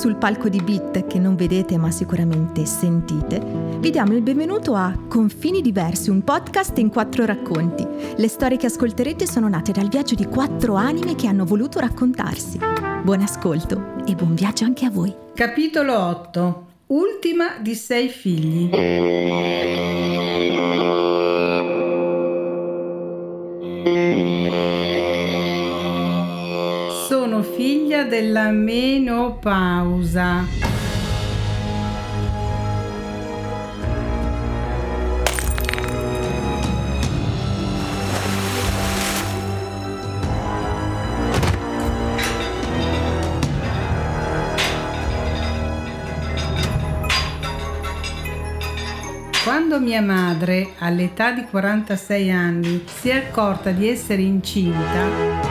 sul palco di Beat, che non vedete ma sicuramente sentite, vi diamo il benvenuto a Confini Diversi, un podcast in 4 racconti. Le storie che ascolterete sono nate dal viaggio di 4 anime che hanno voluto raccontarsi. Buon ascolto e buon viaggio anche a voi. Capitolo 8. Ultima di 6 figli. Sono figlia della menopausa. Quando mia madre, all'età di 46 anni, si è accorta di essere incinta,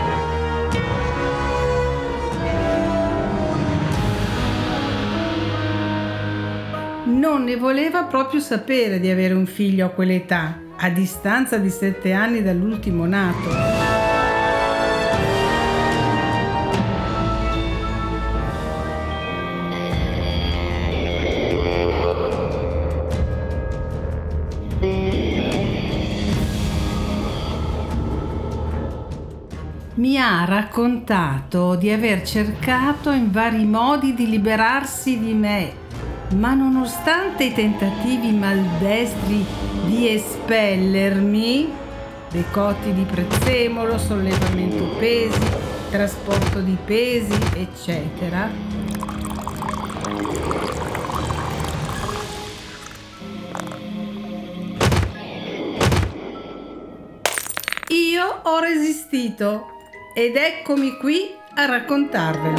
non ne voleva proprio sapere di avere un figlio a quell'età, a distanza di 7 anni dall'ultimo nato. Mi ha raccontato di aver cercato in vari modi di liberarsi di me, ma nonostante i tentativi maldestri di espellermi, decotti di prezzemolo, sollevamento pesi, trasporto di pesi, eccetera, io ho resistito. Ed eccomi qui a raccontarvelo.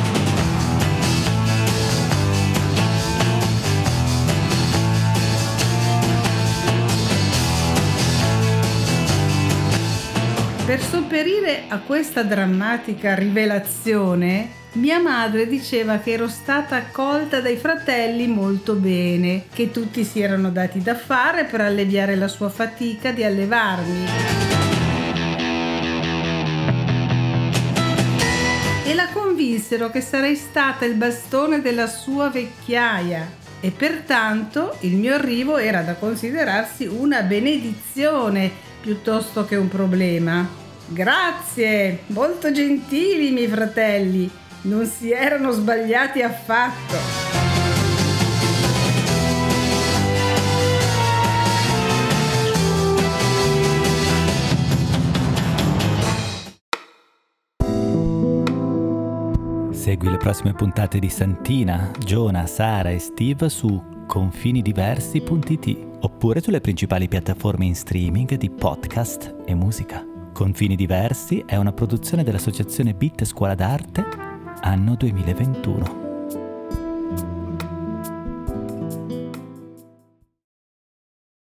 Per sopperire a questa drammatica rivelazione, mia madre diceva che ero stata accolta dai fratelli molto bene, che tutti si erano dati da fare per alleviare la sua fatica di allevarmi. E la convinsero che sarei stata il bastone della sua vecchiaia e pertanto il mio arrivo era da considerarsi una benedizione piuttosto che un problema. Grazie, molto gentili i miei fratelli, non si erano sbagliati affatto. Segui le prossime puntate di Santina, Giona, Sara e Steve su confinidiversi.it oppure sulle principali piattaforme in streaming di podcast e musica. Confini Diversi è una produzione dell'associazione Beat Scuola d'Arte, anno 2021.